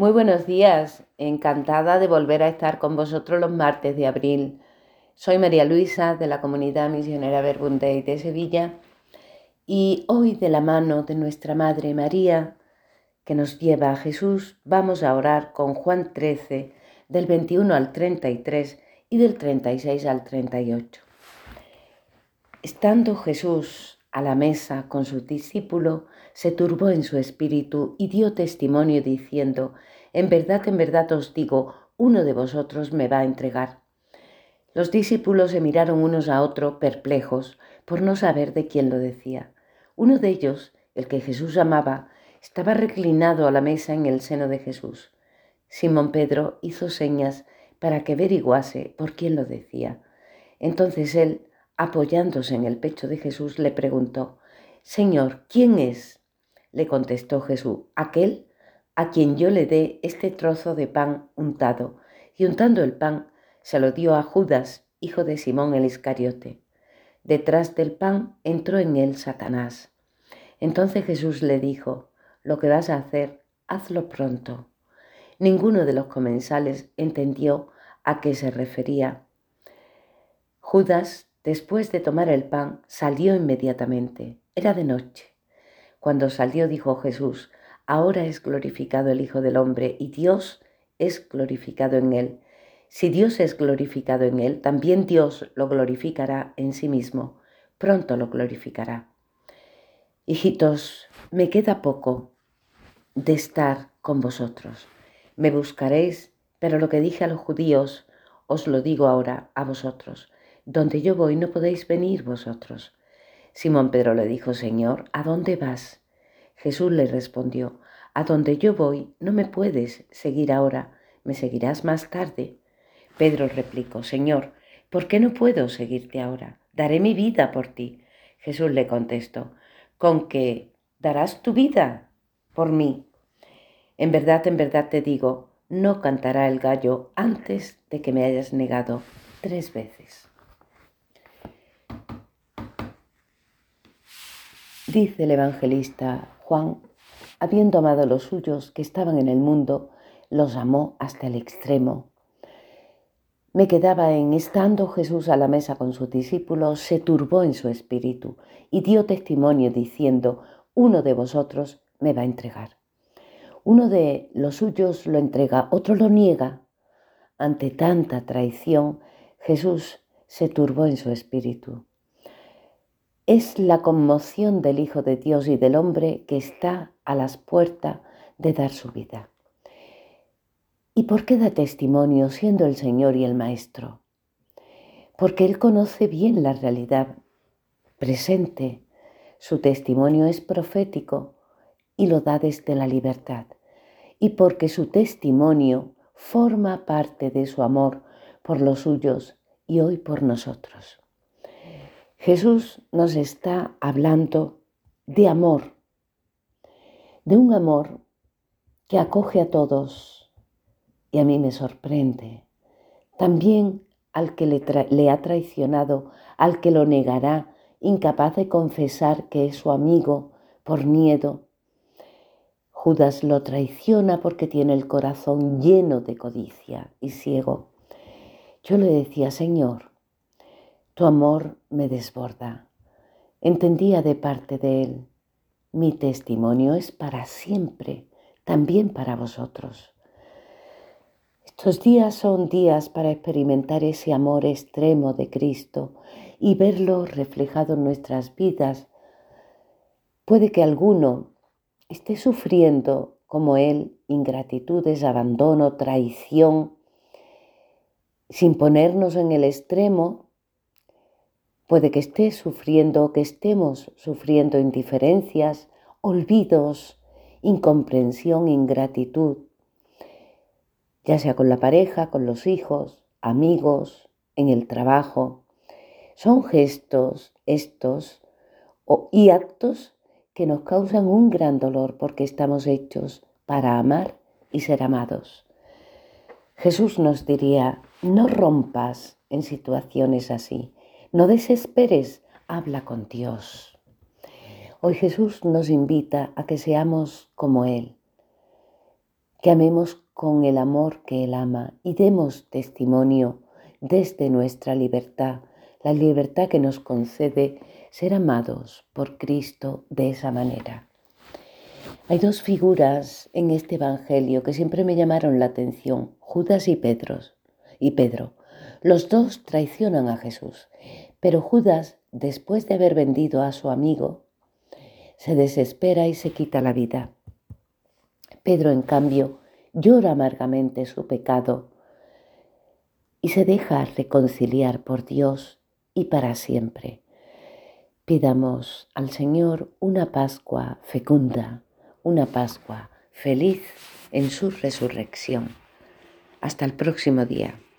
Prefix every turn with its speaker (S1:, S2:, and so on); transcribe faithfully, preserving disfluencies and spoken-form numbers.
S1: Muy buenos días, encantada de volver a estar con vosotros los martes de abril. Soy María Luisa de la Comunidad Misionera Verbundey de Sevilla y hoy, de la mano de nuestra Madre María, que nos lleva a Jesús, vamos a orar con Juan trece, del veintiuno al treinta y tres y del treinta y seis al treinta y ocho. Estando Jesús a la mesa con su discípulo, se turbó en su espíritu y dio testimonio diciendo: En verdad, en verdad os digo, uno de vosotros me va a entregar. Los discípulos se miraron unos a otros perplejos por no saber de quién lo decía. Uno de ellos, el que Jesús amaba, estaba reclinado a la mesa en el seno de Jesús. Simón Pedro hizo señas para que averiguase por quién lo decía. Entonces él, apoyándose en el pecho de Jesús, le preguntó: Señor, ¿quién es? Le contestó Jesús: aquel a quien yo le dé este trozo de pan untado. Y untando el pan, se lo dio a Judas, hijo de Simón el Iscariote. Detrás del pan entró en él Satanás. Entonces Jesús le dijo: Lo que vas a hacer, hazlo pronto. Ninguno de los comensales entendió a qué se refería. Judas, después de tomar el pan, salió inmediatamente. Era de noche. Cuando salió, dijo Jesús: Ahora es glorificado el Hijo del Hombre y Dios es glorificado en él. Si Dios es glorificado en él, también Dios lo glorificará en sí mismo. Pronto lo glorificará. Hijitos, me queda poco de estar con vosotros. Me buscaréis, pero lo que dije a los judíos os lo digo ahora a vosotros. Donde yo voy no podéis venir vosotros. Simón Pedro le dijo: Señor, ¿a dónde vas? Jesús le respondió: A donde yo voy no me puedes seguir ahora, me seguirás más tarde. Pedro replicó: Señor, ¿por qué no puedo seguirte ahora? Daré mi vida por ti. Jesús le contestó: ¿Con qué darás tu vida por mí? En verdad, en verdad te digo, no cantará el gallo antes de que me hayas negado tres veces. Dice el evangelista Juan: habiendo amado a los suyos que estaban en el mundo, los amó hasta el extremo. Me quedaba en: estando Jesús a la mesa con sus discípulos, se turbó en su espíritu y dio testimonio diciendo: uno de vosotros me va a entregar. Uno de los suyos lo entrega, otro lo niega. Ante tanta traición, Jesús se turbó en su espíritu. Es la conmoción del Hijo de Dios y del hombre que está a las puertas de dar su vida. ¿Y por qué da testimonio siendo el Señor y el Maestro? Porque Él conoce bien la realidad presente. Su testimonio es profético y lo da desde la libertad. Y porque su testimonio forma parte de su amor por los suyos y hoy por nosotros. Jesús nos está hablando de amor, de un amor que acoge a todos, y a mí me sorprende. También al que le, tra- le ha traicionado, al que lo negará, incapaz de confesar que es su amigo por miedo. Judas lo traiciona porque tiene el corazón lleno de codicia y ciego. Yo le decía: Señor, tu amor me desborda. Entendía de parte de él: mi testimonio es para siempre, también para vosotros. Estos días son días para experimentar ese amor extremo de Cristo y verlo reflejado en nuestras vidas. Puede que alguno esté sufriendo, como él, ingratitudes, abandono, traición, sin ponernos en el extremo. Puede que esté sufriendo, que estemos sufriendo indiferencias, olvidos, incomprensión, ingratitud, ya sea con la pareja, con los hijos, amigos, en el trabajo. Son gestos estos y actos que nos causan un gran dolor porque estamos hechos para amar y ser amados. Jesús nos diría: no rompas en situaciones así, no desesperes, habla con Dios. Hoy Jesús nos invita a que seamos como Él, que amemos con el amor que Él ama y demos testimonio desde nuestra libertad, la libertad que nos concede ser amados por Cristo de esa manera. Hay dos figuras en este Evangelio que siempre me llamaron la atención, Judas y Pedro. Y Pedro. Los dos traicionan a Jesús, pero Judas, después de haber vendido a su amigo, se desespera y se quita la vida. Pedro, en cambio, llora amargamente su pecado y se deja reconciliar por Dios y para siempre. Pidamos al Señor una Pascua fecunda, una Pascua feliz en su resurrección. Hasta el próximo día.